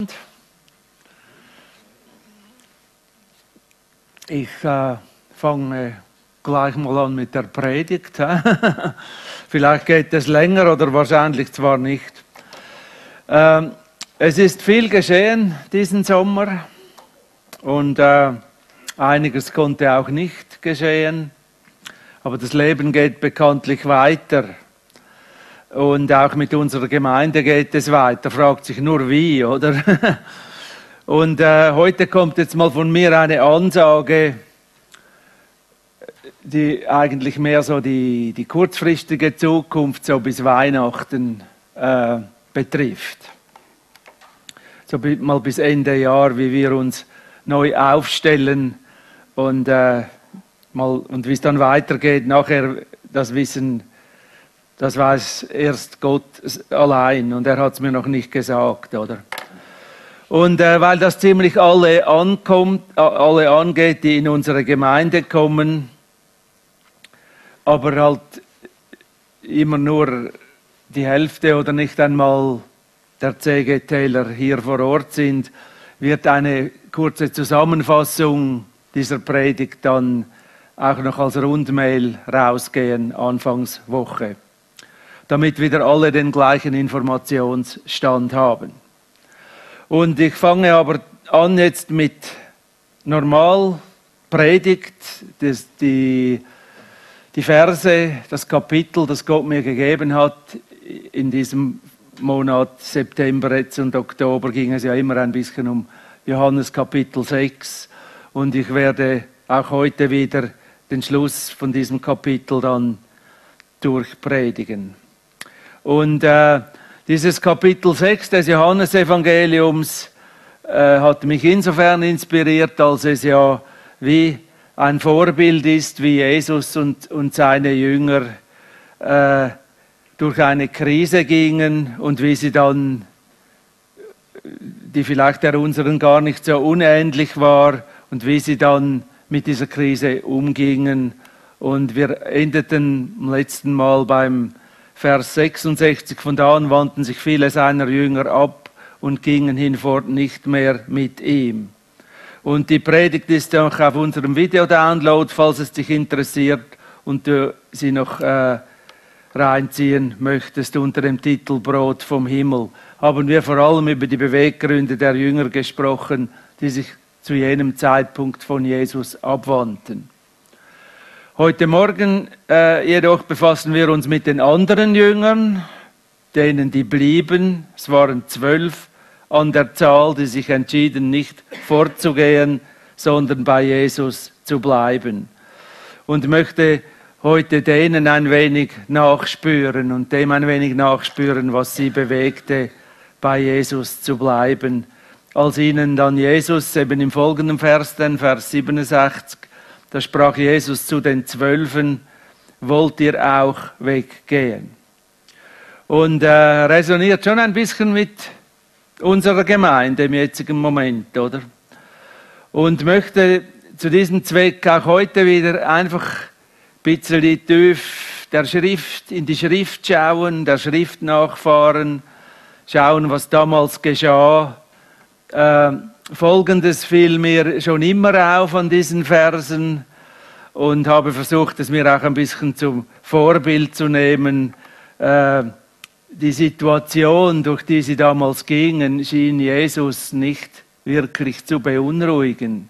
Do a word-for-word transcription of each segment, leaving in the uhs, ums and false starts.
Ich äh, fange gleich mal an mit der Predigt. Vielleicht geht es länger oder wahrscheinlich zwar nicht. Ähm, es ist viel geschehen diesen Sommer und äh, einiges konnte auch nicht geschehen. Aber das Leben geht bekanntlich weiter. Und auch mit unserer Gemeinde geht es weiter. Fragt sich nur wie, oder? Und äh, heute kommt jetzt mal von mir eine Ansage, die eigentlich mehr so die, die kurzfristige Zukunft, so bis Weihnachten äh, betrifft. So mal bis Ende Jahr, wie wir uns neu aufstellen und, äh, mal, und wie es dann weitergeht. Nachher, das Wissen, das weiß erst Gott allein und er hat es mir noch nicht gesagt, oder? Und äh, weil das ziemlich alle ankommt, alle angeht, die in unsere Gemeinde kommen, aber halt immer nur die Hälfte oder nicht einmal der C G Täler hier vor Ort sind, wird eine kurze Zusammenfassung dieser Predigt dann auch noch als Rundmail rausgehen, Anfangswoche, damit wieder alle den gleichen Informationsstand haben. Und ich fange aber an jetzt mit normal Predigt, das, die, die Verse, das Kapitel, das Gott mir gegeben hat. In diesem Monat September jetzt und Oktober ging es ja immer ein bisschen um Johannes Kapitel sechs. Und ich werde auch heute wieder den Schluss von diesem Kapitel dann durchpredigen. Und äh, dieses Kapitel sechs des Johannesevangeliums äh, hat mich insofern inspiriert, als es ja wie ein Vorbild ist, wie Jesus und, und seine Jünger äh, durch eine Krise gingen und wie sie dann, die vielleicht der unseren gar nicht so unähnlich war, und wie sie dann mit dieser Krise umgingen. Und wir endeten im letzten Mal beim Vers sechsundsechzig, von da an wandten sich viele seiner Jünger ab und gingen hinfort nicht mehr mit ihm. Und die Predigt ist auch auf unserem Videodownload, falls es dich interessiert und du sie noch äh, reinziehen möchtest unter dem Titel Brot vom Himmel. Haben wir vor allem über die Beweggründe der Jünger gesprochen, die sich zu jenem Zeitpunkt von Jesus abwandten. Heute Morgen äh, jedoch befassen wir uns mit den anderen Jüngern, denen die blieben. Es waren zwölf an der Zahl, die sich entschieden, nicht fortzugehen, sondern bei Jesus zu bleiben. Und möchte heute denen ein wenig nachspüren und dem ein wenig nachspüren, was sie bewegte, bei Jesus zu bleiben. Als ihnen dann Jesus, eben im folgenden Vers, den Vers siebenundsechzig, da sprach Jesus zu den Zwölfen, wollt ihr auch weggehen? Und äh, resoniert schon ein bisschen mit unserer Gemeinde im jetzigen Moment, oder? Und möchte zu diesem Zweck auch heute wieder einfach ein bisschen tief der Schrift, in die Schrift schauen, der Schrift nachfahren, schauen, was damals geschah. Äh, Folgendes fiel mir schon immer auf an diesen Versen und habe versucht, es mir auch ein bisschen zum Vorbild zu nehmen. Äh, die Situation, durch die sie damals gingen, schien Jesus nicht wirklich zu beunruhigen.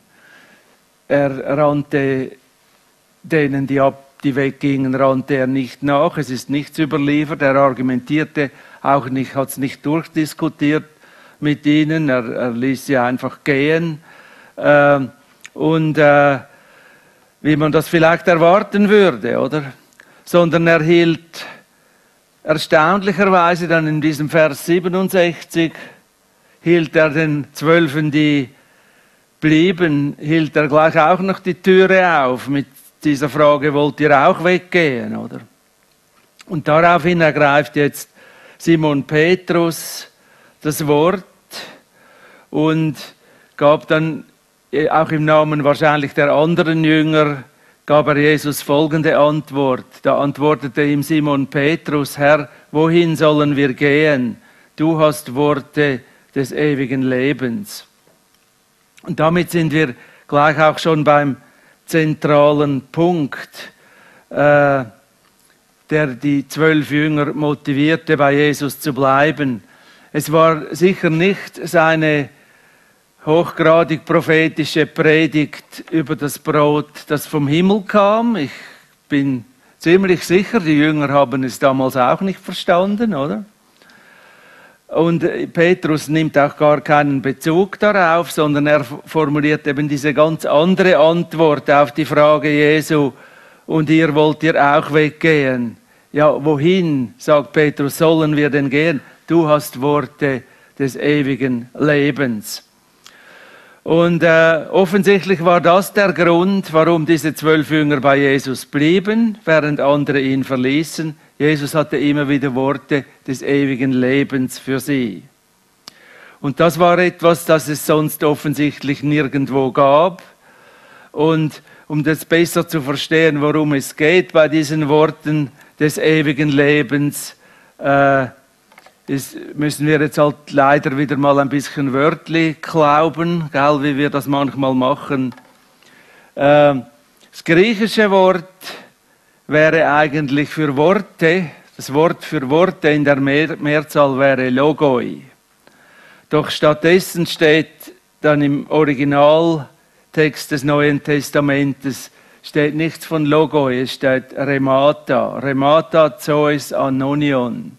Er rannte denen, die, ab, die weggingen, rannte er nicht nach. Es ist nichts überliefert. Er argumentierte auch nicht, hat es nicht durchdiskutiert mit ihnen, er, er ließ sie einfach gehen. Äh, und äh, wie man das vielleicht erwarten würde, oder? Sondern er hielt erstaunlicherweise dann in diesem Vers siebenundsechzig, hielt er den Zwölfen, die blieben, hielt er gleich auch noch die Türe auf mit dieser Frage, wollt ihr auch weggehen, oder? Und daraufhin ergreift jetzt Simon Petrus das Wort und gab dann auch im Namen wahrscheinlich der anderen Jünger, gab er Jesus folgende Antwort. Da antwortete ihm Simon Petrus, Herr, wohin sollen wir gehen? Du hast Worte des ewigen Lebens. Und damit sind wir gleich auch schon beim zentralen Punkt, äh, der die zwölf Jünger motivierte, bei Jesus zu bleiben. Es war sicher nicht seine hochgradig prophetische Predigt über das Brot, das vom Himmel kam. Ich bin ziemlich sicher, die Jünger haben es damals auch nicht verstanden, oder? Und Petrus nimmt auch gar keinen Bezug darauf, sondern er formuliert eben diese ganz andere Antwort auf die Frage Jesu: Und ihr wollt ihr auch weggehen? Ja, wohin, sagt Petrus, sollen wir denn gehen? Du hast Worte des ewigen Lebens. Und äh, offensichtlich war das der Grund, warum diese zwölf Jünger bei Jesus blieben, während andere ihn verließen. Jesus hatte immer wieder Worte des ewigen Lebens für sie. Und das war etwas, das es sonst offensichtlich nirgendwo gab. Und um das besser zu verstehen, worum es geht bei diesen Worten des ewigen Lebens, äh, ist, müssen wir jetzt halt leider wieder mal ein bisschen wörtlich glauben, gell, wie wir das manchmal machen. Äh, das griechische Wort wäre eigentlich für Worte, das Wort für Worte in der Mehr- Mehrzahl wäre Logoi. Doch stattdessen steht dann im Originaltext des Neuen Testamentes steht nichts von Logoi, es steht Remata. Remata Zois Anonion.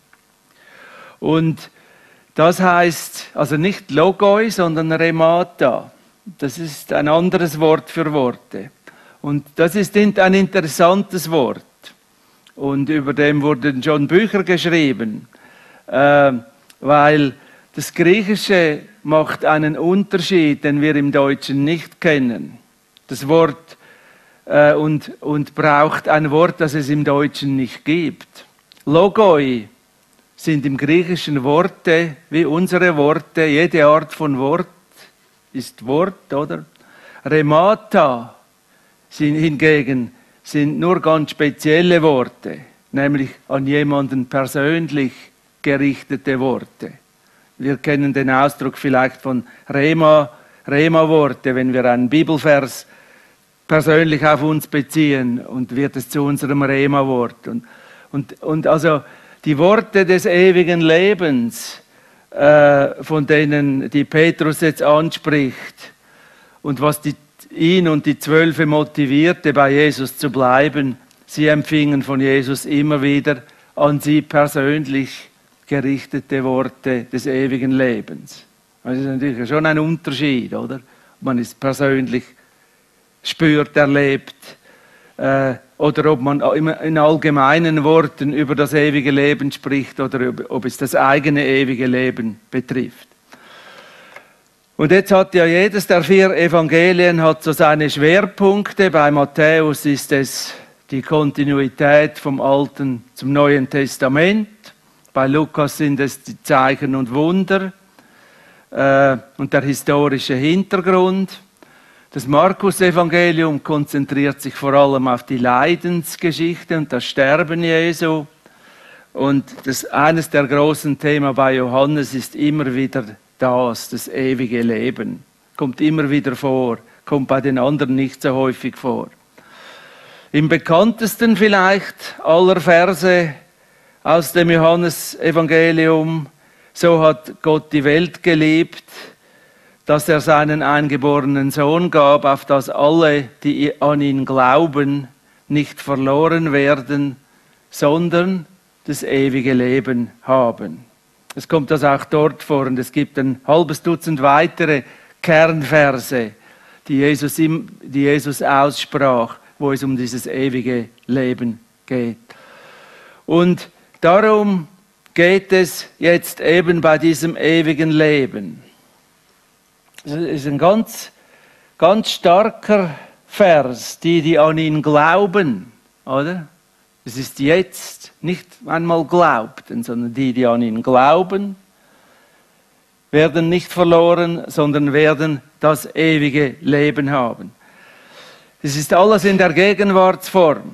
Und das heißt, also nicht Logoi, sondern Remata. Das ist ein anderes Wort für Worte. Und das ist ein interessantes Wort. Und über dem wurden schon Bücher geschrieben, äh, weil das Griechische macht einen Unterschied, den wir im Deutschen nicht kennen. Das Wort äh, und, und braucht ein Wort, das es im Deutschen nicht gibt. Logoi sind im Griechischen Worte wie unsere Worte, jede Art von Wort ist Wort, oder? Remata sind hingegen sind nur ganz spezielle Worte, nämlich an jemanden persönlich gerichtete Worte. Wir kennen den Ausdruck vielleicht von Rema, Rema-Worte, wenn wir einen Bibelvers persönlich auf uns beziehen und wird es zu unserem Rema-Wort. Und, und, und also die Worte des ewigen Lebens, äh, von denen die Petrus jetzt anspricht und was die, ihn und die Zwölfe motivierte, bei Jesus zu bleiben, sie empfingen von Jesus immer wieder an sie persönlich gerichtete Worte des ewigen Lebens. Das ist natürlich schon ein Unterschied, oder? Man ist persönlich spürt, erlebt, äh, oder ob man in allgemeinen Worten über das ewige Leben spricht oder ob es das eigene ewige Leben betrifft. Und jetzt hat ja jedes der vier Evangelien hat so seine Schwerpunkte. Bei Matthäus ist es die Kontinuität vom Alten zum Neuen Testament. Bei Lukas sind es die Zeichen und Wunder äh, und der historische Hintergrund. Das Markus-Evangelium konzentriert sich vor allem auf die Leidensgeschichte und das Sterben Jesu. Und das, eines der großen Themen bei Johannes ist immer wieder das, das ewige Leben. Kommt immer wieder vor, kommt bei den anderen nicht so häufig vor. Im bekanntesten vielleicht aller Verse aus dem Johannes-Evangelium: So hat Gott die Welt geliebt, dass er seinen eingeborenen Sohn gab, auf dass alle, die an ihn glauben, nicht verloren werden, sondern das ewige Leben haben. Es kommt das auch dort vor und es gibt ein halbes Dutzend weitere Kernverse, die Jesus, im, die Jesus aussprach, wo es um dieses ewige Leben geht. Und darum geht es jetzt eben bei diesem ewigen Leben. Das ist ein ganz, ganz starker Vers, die, die an ihn glauben, oder? Es ist jetzt nicht einmal Glaubten, sondern die, die an ihn glauben, werden nicht verloren, sondern werden das ewige Leben haben. Es ist alles in der Gegenwartsform.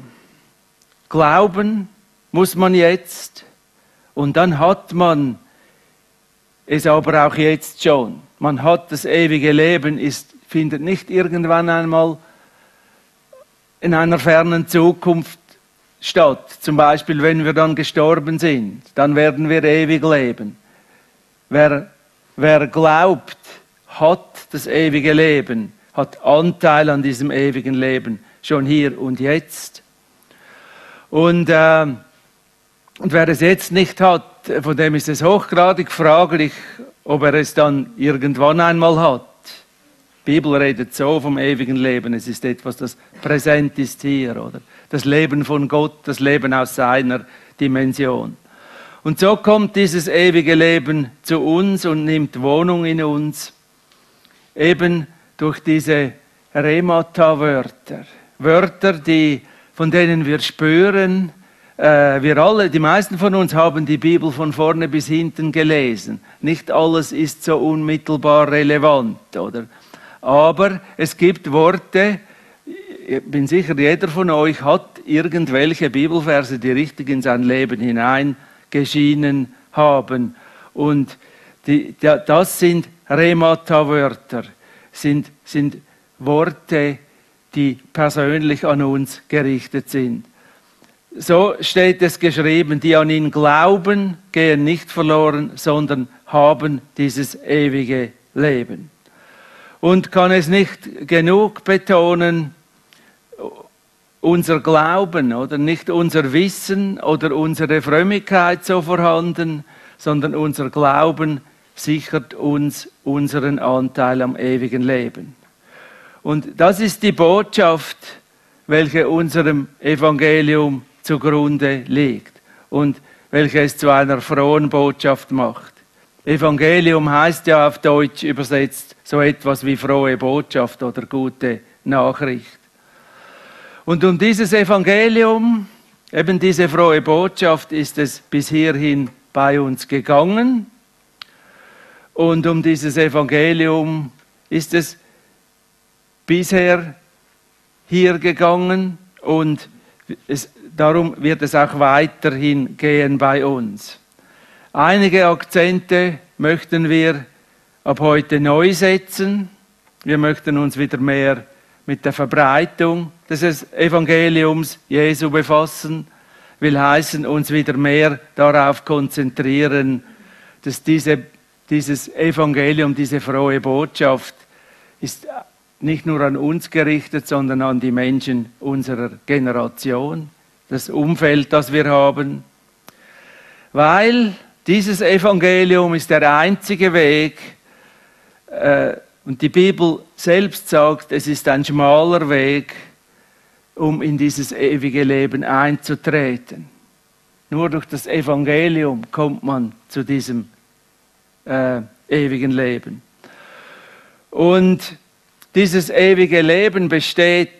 Glauben muss man jetzt und dann hat man es aber auch jetzt schon. Man hat das ewige Leben, ist, findet nicht irgendwann einmal in einer fernen Zukunft statt. Zum Beispiel, wenn wir dann gestorben sind, dann werden wir ewig leben. Wer, wer glaubt, hat das ewige Leben, hat Anteil an diesem ewigen Leben, schon hier und jetzt. Und, äh, und wer es jetzt nicht hat, von dem ist es hochgradig fraglich, ob er es dann irgendwann einmal hat. Die Bibel redet so vom ewigen Leben, es ist etwas, das präsent ist hier, oder? Das Leben von Gott, das Leben aus seiner Dimension. Und so kommt dieses ewige Leben zu uns und nimmt Wohnung in uns, eben durch diese Rhemata-Wörter. Wörter, die, von denen wir spüren, äh, wir alle, die meisten von uns haben die Bibel von vorne bis hinten gelesen. Nicht alles ist so unmittelbar relevant, oder? Aber es gibt Worte, ich bin sicher, jeder von euch hat irgendwelche Bibelverse, die richtig in sein Leben hineingeschienen haben. Und die, das sind Rhemata-Wörter, sind, sind Worte, die persönlich an uns gerichtet sind. So steht es geschrieben, die an ihn glauben, gehen nicht verloren, sondern haben dieses ewige Leben. Und kann es nicht genug betonen, unser Glauben oder nicht unser Wissen oder unsere Frömmigkeit so vorhanden, sondern unser Glauben sichert uns unseren Anteil am ewigen Leben. Und das ist die Botschaft, welche unserem Evangelium zugrunde liegt und welche es zu einer frohen Botschaft macht. Evangelium heißt ja auf Deutsch übersetzt so etwas wie frohe Botschaft oder gute Nachricht. Und um dieses Evangelium, eben diese frohe Botschaft, ist es bis hierhin bei uns gegangen. Und um dieses Evangelium ist es bisher hier gegangen und es, darum wird es auch weiterhin gehen bei uns. Einige Akzente möchten wir ab heute neu setzen. Wir möchten uns wieder mehr mit der Verbreitung des Evangeliums Jesu befassen. Will heißen, uns wieder mehr darauf konzentrieren, dass diese, dieses Evangelium, diese frohe Botschaft ist nicht nur an uns gerichtet, sondern an die Menschen unserer Generation, das Umfeld, das wir haben. Weil dieses Evangelium ist der einzige Weg, äh, und die Bibel selbst sagt, es ist ein schmaler Weg, um in dieses ewige Leben einzutreten. Nur durch das Evangelium kommt man zu diesem äh, ewigen Leben. Und dieses ewige Leben besteht,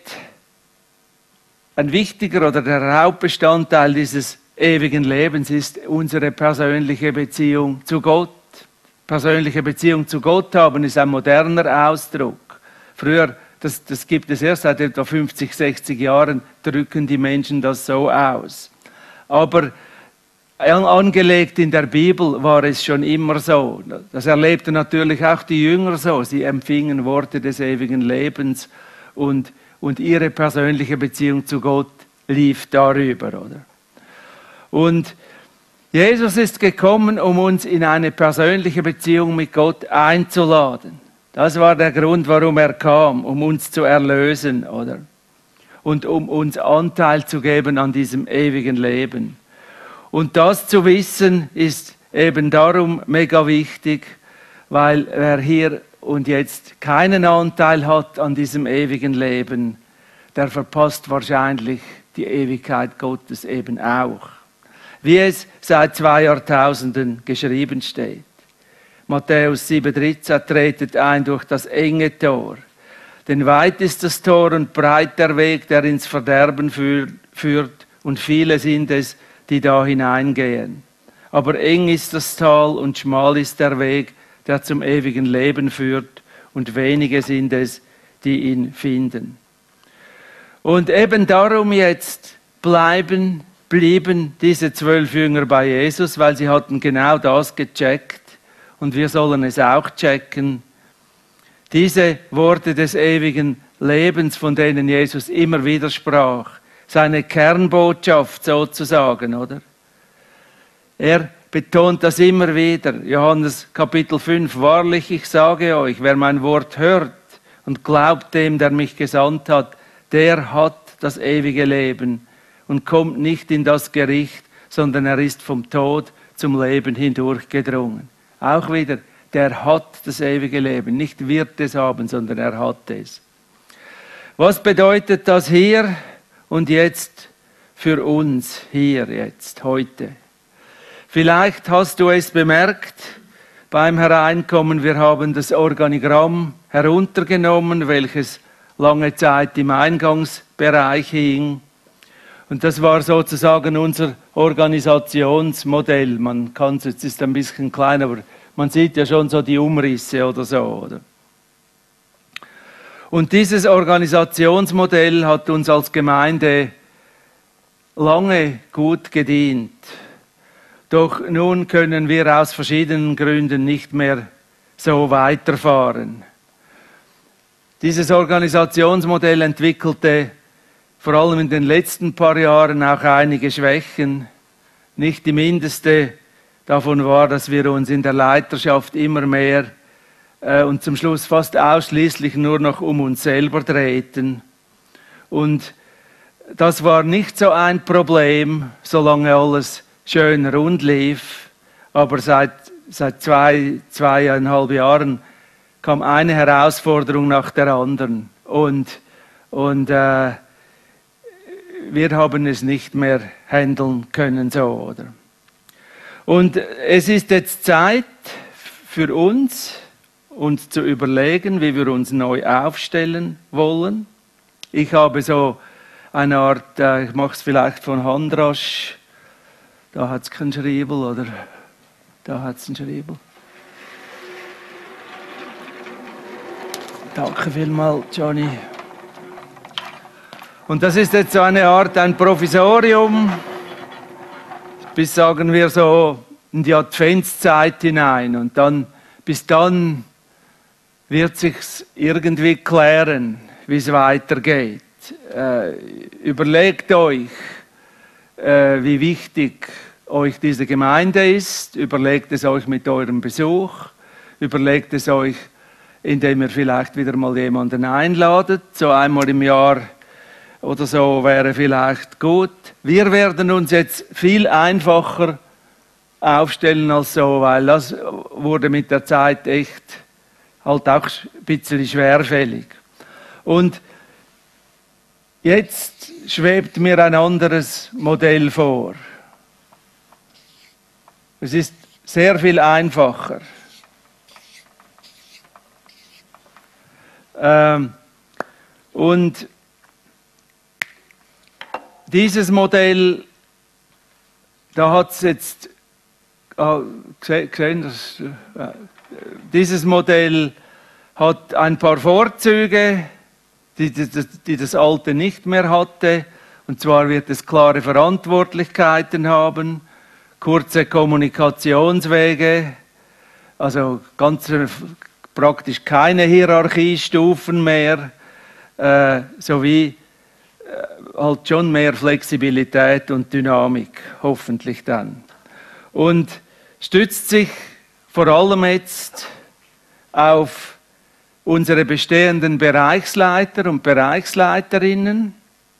ein wichtiger oder der Hauptbestandteil dieses ewigen Lebens ist unsere persönliche Beziehung zu Gott. Persönliche Beziehung zu Gott haben ist ein moderner Ausdruck. Früher, das, das gibt es erst seit etwa fünfzig, sechzig Jahren, drücken die Menschen das so aus. Aber angelegt in der Bibel war es schon immer so. Das erlebten natürlich auch die Jünger so. Sie empfingen Worte des ewigen Lebens und, und ihre persönliche Beziehung zu Gott lief darüber, oder? Und Jesus ist gekommen, um uns in eine persönliche Beziehung mit Gott einzuladen. Das war der Grund, warum er kam, um uns zu erlösen, oder? Und um uns Anteil zu geben an diesem ewigen Leben. Und das zu wissen, ist eben darum mega wichtig, weil wer hier und jetzt keinen Anteil hat an diesem ewigen Leben, der verpasst wahrscheinlich die Ewigkeit Gottes eben auch. Wie es seit zwei Jahrtausenden geschrieben steht. Matthäus sieben dreizehn, tretet ein durch das enge Tor. Denn weit ist das Tor und breit der Weg, der ins Verderben führt, und viele sind es, die da hineingehen. Aber eng ist das Tal und schmal ist der Weg, der zum ewigen Leben führt, und wenige sind es, die ihn finden. Und eben darum jetzt bleiben blieben diese zwölf Jünger bei Jesus, weil sie hatten genau das gecheckt und wir sollen es auch checken. Diese Worte des ewigen Lebens, von denen Jesus immer wieder sprach, seine Kernbotschaft sozusagen, oder? Er betont das immer wieder. Johannes Kapitel fünf, wahrlich, ich sage euch, wer mein Wort hört und glaubt dem, der mich gesandt hat, der hat das ewige Leben und kommt nicht in das Gericht, sondern er ist vom Tod zum Leben hindurchgedrungen. Auch wieder, der hat das ewige Leben, nicht wird es haben, sondern er hat es. Was bedeutet das hier und jetzt für uns, hier jetzt, heute? Vielleicht hast du es bemerkt beim Hereinkommen, wir haben das Organigramm heruntergenommen, welches lange Zeit im Eingangsbereich hing. Und das war sozusagen unser Organisationsmodell. Man kann es, jetzt ist ein bisschen klein, aber man sieht ja schon so die Umrisse oder so, oder? Und dieses Organisationsmodell hat uns als Gemeinde lange gut gedient. Doch nun können wir aus verschiedenen Gründen nicht mehr so weiterfahren. Dieses Organisationsmodell entwickelte vor allem in den letzten paar Jahren auch einige Schwächen. Nicht die mindeste davon war, dass wir uns in der Leiterschaft immer mehr äh, und zum Schluss fast ausschließlich nur noch um uns selber drehten. Und das war nicht so ein Problem, solange alles schön rund lief. Aber seit, seit zwei, zweieinhalb Jahren kam eine Herausforderung nach der anderen. Und, und äh, wir haben es nicht mehr handeln können, so, oder? Und es ist jetzt Zeit für uns, uns zu überlegen, wie wir uns neu aufstellen wollen. Ich habe so eine Art, äh, ich mache es vielleicht von Hand rasch, da hat es keinen Schriebel, oder da hat es einen Schriebel. Danke vielmals, Johnny. Und das ist jetzt so eine Art, ein Provisorium, bis, sagen wir so, in die Adventszeit hinein. Und dann, bis dann wird sich's irgendwie klären, wie es weitergeht. Äh, überlegt euch, äh, wie wichtig euch diese Gemeinde ist. Überlegt es euch mit eurem Besuch. Überlegt es euch, indem ihr vielleicht wieder mal jemanden einladet. So einmal im Jahr oder so wäre vielleicht gut. Wir werden uns jetzt viel einfacher aufstellen als so, weil das wurde mit der Zeit echt halt auch ein bisschen schwerfällig. Und jetzt schwebt mir ein anderes Modell vor. Es ist sehr viel einfacher. Ähm, und dieses Modell, da hat es jetzt, ah, gesehen, das, äh, dieses Modell hat ein paar Vorzüge, die, die, die das alte nicht mehr hatte. Und zwar wird es klare Verantwortlichkeiten haben, kurze Kommunikationswege, also ganz praktisch keine Hierarchiestufen mehr, äh, sowie halt schon mehr Flexibilität und Dynamik, hoffentlich dann. Und stützt sich vor allem jetzt auf unsere bestehenden Bereichsleiter und Bereichsleiterinnen,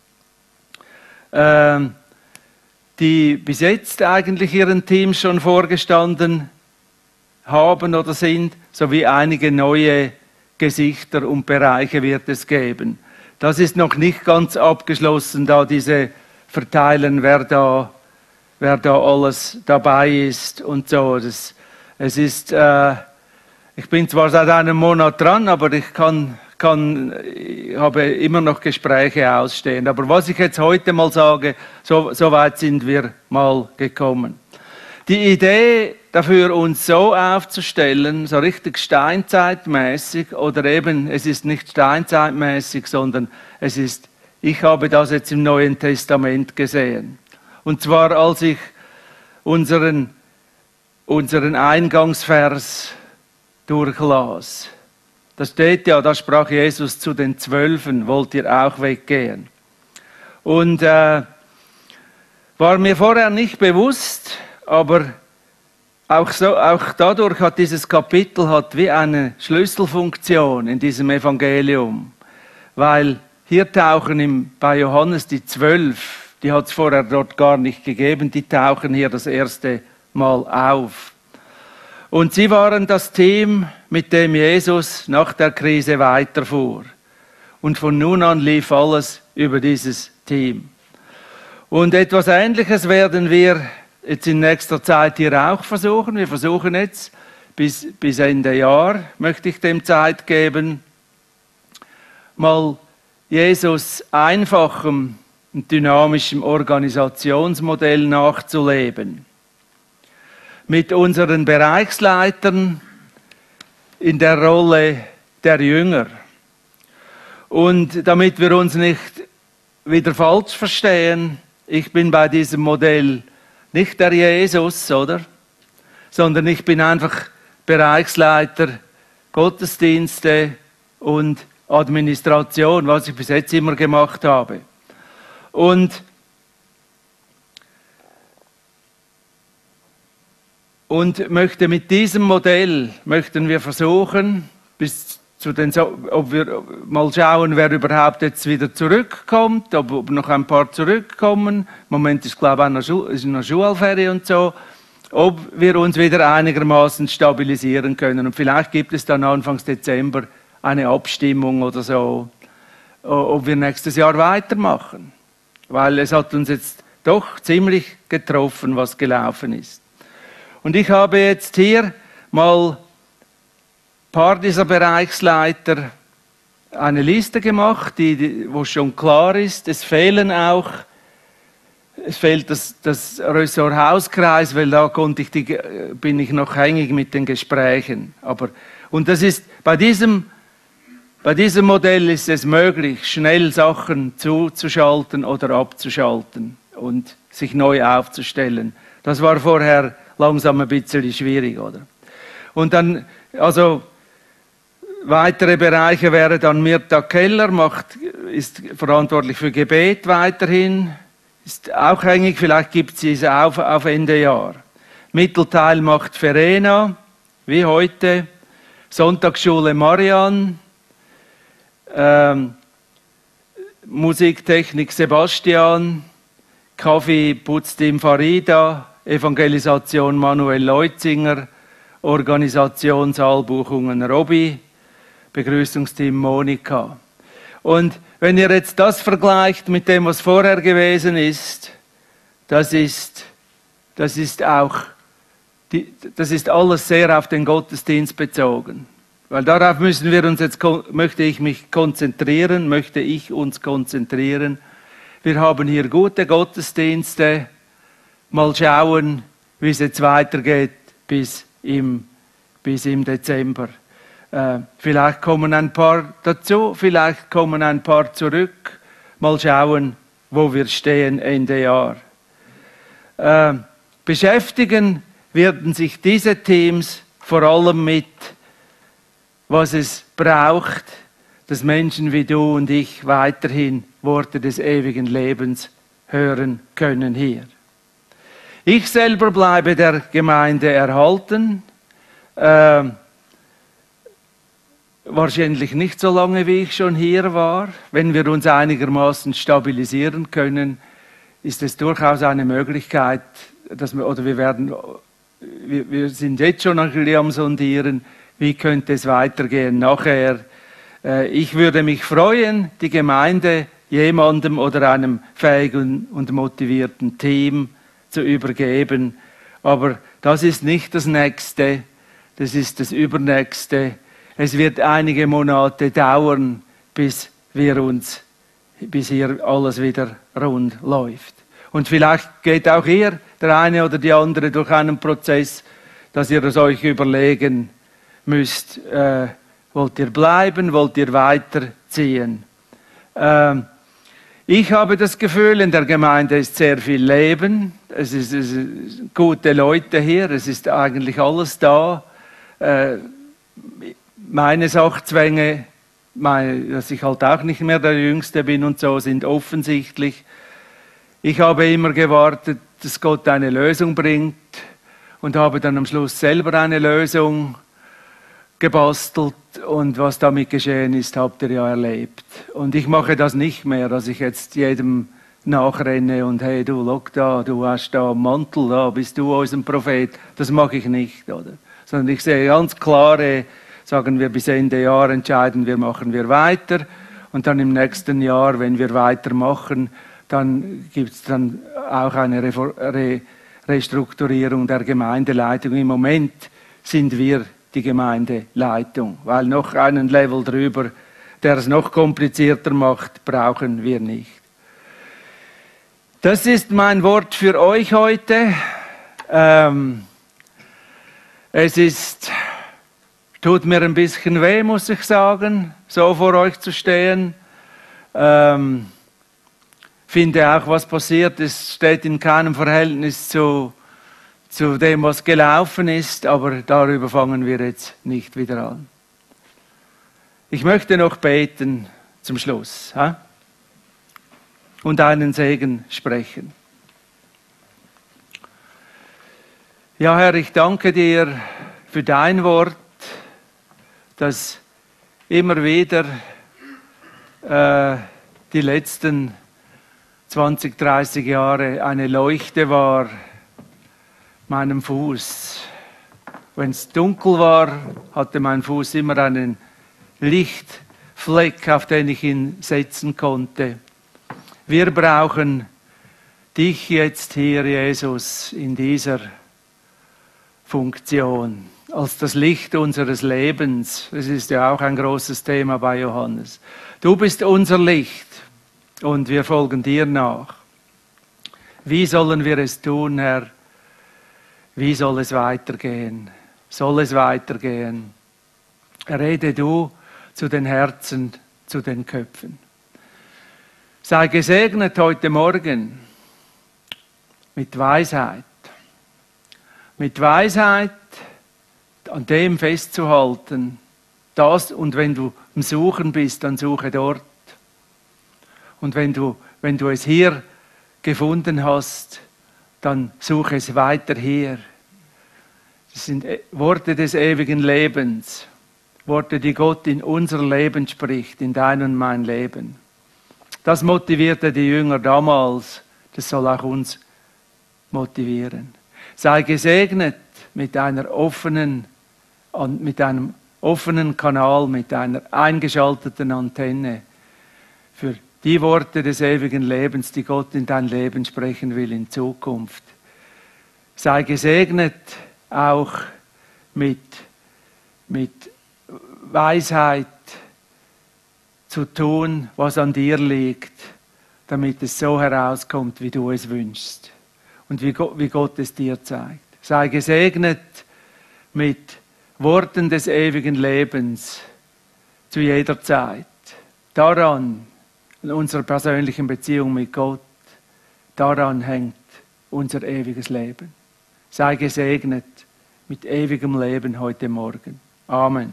äh, die bis jetzt eigentlich ihren Teams schon vorgestanden haben oder sind, sowie einige neue Gesichter und Bereiche wird es geben. Das ist noch nicht ganz abgeschlossen, da diese verteilen, wer da, wer da alles dabei ist und so. Das, es ist, äh, ich bin zwar seit einem Monat dran, aber ich kann, kann, ich habe immer noch Gespräche ausstehen. Aber was ich jetzt heute mal sage, so, so weit sind wir mal gekommen. Die Idee dafür, uns so aufzustellen, so richtig steinzeitmäßig, oder eben, es ist nicht steinzeitmäßig, sondern es ist, ich habe das jetzt im Neuen Testament gesehen. Und zwar, als ich unseren, unseren Eingangsvers durchlas. Da steht ja, da sprach Jesus zu den Zwölfen, wollt ihr auch weggehen? Und äh, war mir vorher nicht bewusst, aber auch, so, auch dadurch hat dieses Kapitel hat wie eine Schlüsselfunktion in diesem Evangelium, weil hier tauchen im, bei Johannes die Zwölf, die hat es vorher dort gar nicht gegeben, die tauchen hier das erste Mal auf. Und sie waren das Team, mit dem Jesus nach der Krise weiterfuhr. Und von nun an lief alles über dieses Team. Und etwas Ähnliches werden wir jetzt in nächster Zeit hier auch versuchen. Wir versuchen jetzt, bis, bis Ende Jahr möchte ich dem Zeit geben, mal Jesus einfachem und dynamischem Organisationsmodell nachzuleben. Mit unseren Bereichsleitern in der Rolle der Jünger. Und damit wir uns nicht wieder falsch verstehen, ich bin bei diesem Modell nicht der Jesus, oder? Sondern ich bin einfach Bereichsleiter, Gottesdienste und Administration, was ich bis jetzt immer gemacht habe. Und Und möchte mit diesem Modell, möchten wir versuchen, bis zu den, ob wir mal schauen, wer überhaupt jetzt wieder zurückkommt, ob, ob noch ein paar zurückkommen. Im Moment ist, glaube ich, auch noch, Schu- ist noch Schulferie und so. Ob wir uns wieder einigermaßen stabilisieren können. Und vielleicht gibt es dann Anfang Dezember eine Abstimmung oder so, ob wir nächstes Jahr weitermachen. Weil es hat uns jetzt doch ziemlich getroffen, was gelaufen ist. Und ich habe jetzt hier mal ein paar dieser Bereichsleiter eine Liste gemacht, die, die, wo schon klar ist, es fehlen auch, es fehlt das, das Ressort Hauskreis, weil da konnte ich die, bin ich noch hängig mit den Gesprächen. Aber, und das ist, bei diesem, bei diesem Modell ist es möglich, schnell Sachen zuzuschalten oder abzuschalten und sich neu aufzustellen. Das war vorher langsam ein bisschen schwierig, oder? Und dann, also weitere Bereiche wäre dann Mirta Keller, macht, ist verantwortlich für Gebet weiterhin, ist auch hängig, vielleicht gibt sie es auf, auf Ende Jahr. Mittelteil macht Verena, wie heute, Sonntagsschule Marian, ähm, Musiktechnik Sebastian, Kaffeeputzteam Farida, Evangelisation Manuel Leutzinger, Organisation Saalbuchungen Robby, Begrüßungsteam Monika. Und wenn ihr jetzt das vergleicht mit dem, was vorher gewesen ist, das ist, das ist auch, die, das ist alles sehr auf den Gottesdienst bezogen. Weil darauf müssen wir uns jetzt, möchte ich mich konzentrieren, möchte ich uns konzentrieren. Wir haben hier gute Gottesdienste. Mal schauen, wie es jetzt weitergeht bis im, bis im Dezember. Äh, vielleicht kommen ein paar dazu, vielleicht kommen ein paar zurück. Mal schauen, wo wir stehen Ende Jahr. Äh, beschäftigen werden sich diese Teams vor allem mit, was es braucht, dass Menschen wie du und ich weiterhin Worte des ewigen Lebens hören können hier. Ich selber bleibe der Gemeinde erhalten. Äh, wahrscheinlich nicht so lange, wie ich schon hier war. Wenn wir uns einigermaßen stabilisieren können, ist es durchaus eine Möglichkeit, dass wir, oder wir werden, wir, wir sind jetzt schon ein bisschen am Sondieren, wie könnte es weitergehen nachher. Äh, ich würde mich freuen, die Gemeinde jemandem oder einem fähigen und motivierten Team zu übergeben. Aber das ist nicht das Nächste, das ist das Übernächste. Es wird einige Monate dauern, bis wir uns, bis hier alles wieder rund läuft. Und vielleicht geht auch ihr, der eine oder die andere, durch einen Prozess, dass ihr es euch überlegen müsst, äh, wollt ihr bleiben, wollt ihr weiterziehen. Ähm, Ich habe das Gefühl, in der Gemeinde ist sehr viel Leben. Es ist, es ist gute Leute hier, es ist eigentlich alles da. Äh, meine Sachzwänge, meine, dass ich halt auch nicht mehr der Jüngste bin und so, sind offensichtlich. Ich habe immer gewartet, dass Gott eine Lösung bringt und habe dann am Schluss selber eine Lösung gebastelt und was damit geschehen ist, habt ihr ja erlebt. Und ich mache das nicht mehr, dass ich jetzt jedem nachrenne und hey, du, look da, du hast da einen Mantel, da bist du unser Prophet. Das mache ich nicht, oder? Sondern ich sehe ganz klare, sagen wir bis Ende Jahr entscheiden wir, machen wir weiter und dann im nächsten Jahr, wenn wir weitermachen, dann gibt es dann auch eine Re- Restrukturierung der Gemeindeleitung. Im Moment sind wir die Gemeindeleitung, weil noch einen Level drüber, der es noch komplizierter macht, brauchen wir nicht. Das ist mein Wort für euch heute. Ähm, es ist, tut mir ein bisschen weh, muss ich sagen, so vor euch zu stehen. Ähm, finde auch, was passiert ist, steht in keinem Verhältnis zu zu dem, was gelaufen ist, aber darüber fangen wir jetzt nicht wieder an. Ich möchte noch beten zum Schluss ha? und einen Segen sprechen. Ja, Herr, ich danke dir für dein Wort, das immer wieder äh, die letzten zwanzig, dreißig Jahre eine Leuchte war, meinem Fuß. Wenn es dunkel war, hatte mein Fuß immer einen Lichtfleck, auf den ich ihn setzen konnte. Wir brauchen dich jetzt hier, Jesus, in dieser Funktion, als das Licht unseres Lebens. Das ist ja auch ein großes Thema bei Johannes. Du bist unser Licht und wir folgen dir nach. Wie sollen wir es tun, Herr? Wie soll es weitergehen? Soll es weitergehen? Rede du zu den Herzen, zu den Köpfen. Sei gesegnet heute Morgen mit Weisheit. Mit Weisheit an dem festzuhalten. Das, und wenn du im Suchen bist, dann suche dort. Und wenn du, wenn du es hier gefunden hast, dann suche es weiter hier. Das sind Worte des ewigen Lebens. Worte, die Gott in unser Leben spricht, in dein und mein Leben. Das motivierte die Jünger damals. Das soll auch uns motivieren. Sei gesegnet mit einer offenen, mit einem offenen Kanal, mit einer eingeschalteten Antenne für die Worte des ewigen Lebens, die Gott in dein Leben sprechen will in Zukunft. Sei gesegnet auch mit, mit Weisheit zu tun, was an dir liegt, damit es so herauskommt, wie du es wünschst und wie Gott, wie Gott es dir zeigt. Sei gesegnet mit Worten des ewigen Lebens zu jeder Zeit. Daran, in unserer persönlichen Beziehung mit Gott, daran hängt unser ewiges Leben. Sei gesegnet mit ewigem Leben heute Morgen. Amen.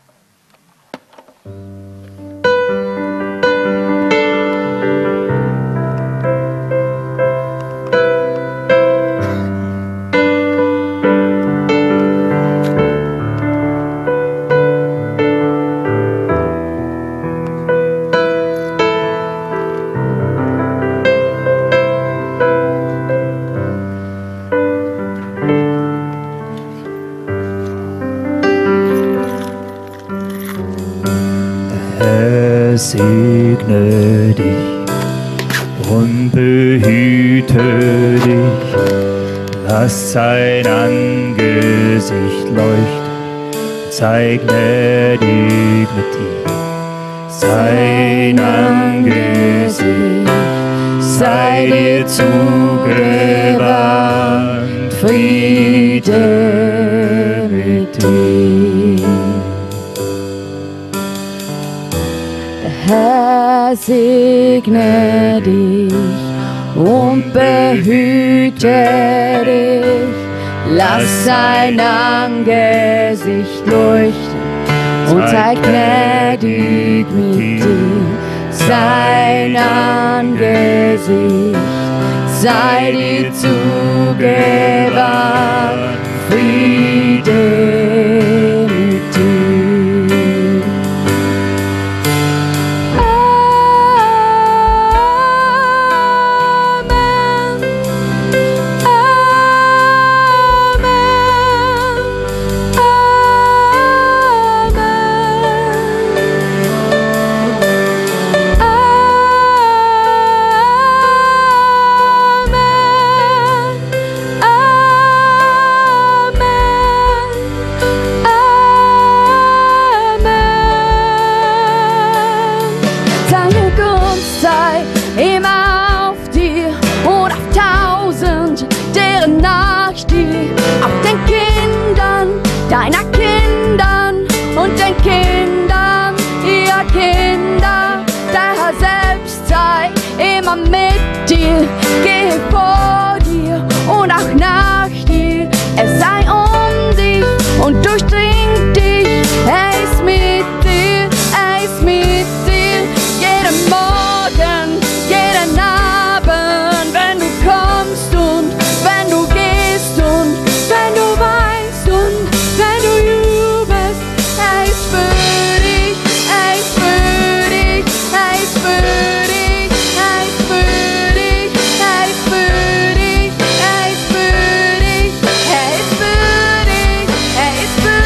Segne dich und behüte dich, lass sein Angesicht leuchten, zeig gnädig mit dir. Sein Angesicht sei dir zugewandt, Friede mit dir. Herr segne dich und behüte dich, lass sein Angesicht leuchten, und sei gnädig mit dir. Sein Angesicht sei dir zugewandt, Friede mit dir. Amen, Amen, immer auf dir und auf tausend, deren nach dir, auf den Kindern, deiner Kindern und den Kindern, ihrer Kinder. Der Herr selbst sei immer mit dir, gehe vor dir und auch nach dir. Er sei um dich und durchdringt dich, er ist mit dir, er ist mit dir, jeden Morgen, jeden Abend, wenn du kommst und wenn du gehst und wenn du weinst und wenn du jubelst. Er ist für dich, er ist für dich, er ist für dich, er ist für dich, er ist für dich, er ist für dich, er ist für dich, er ist für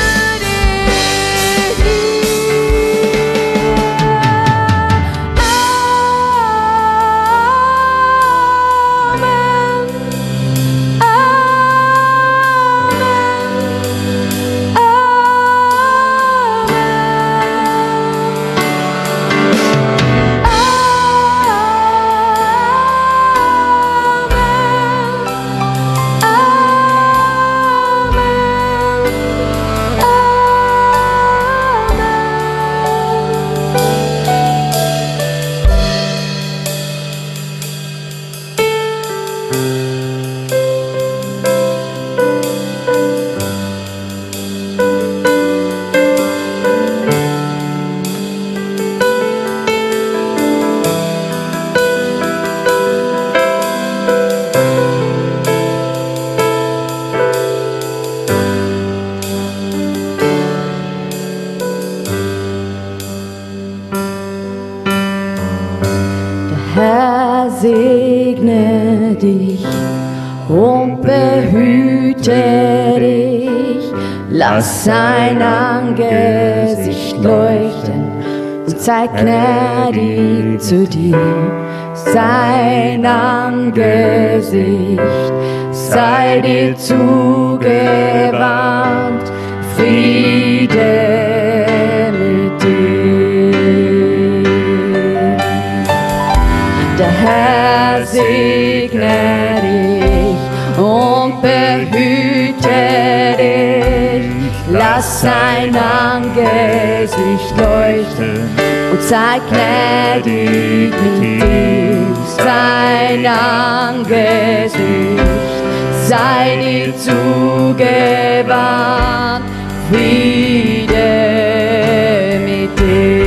Herr segne dich und behüte dich, lass sein Angesicht leuchten und sei gnädig zu dir. Sein Angesicht sei dir zugewandt, Friede mit dir. Der Herr segne dich und behüte dich, lass sein Angesicht leuchten und sei gnädig mit dir. Sein Angesicht sei dir zugewandt, Friede mit dir.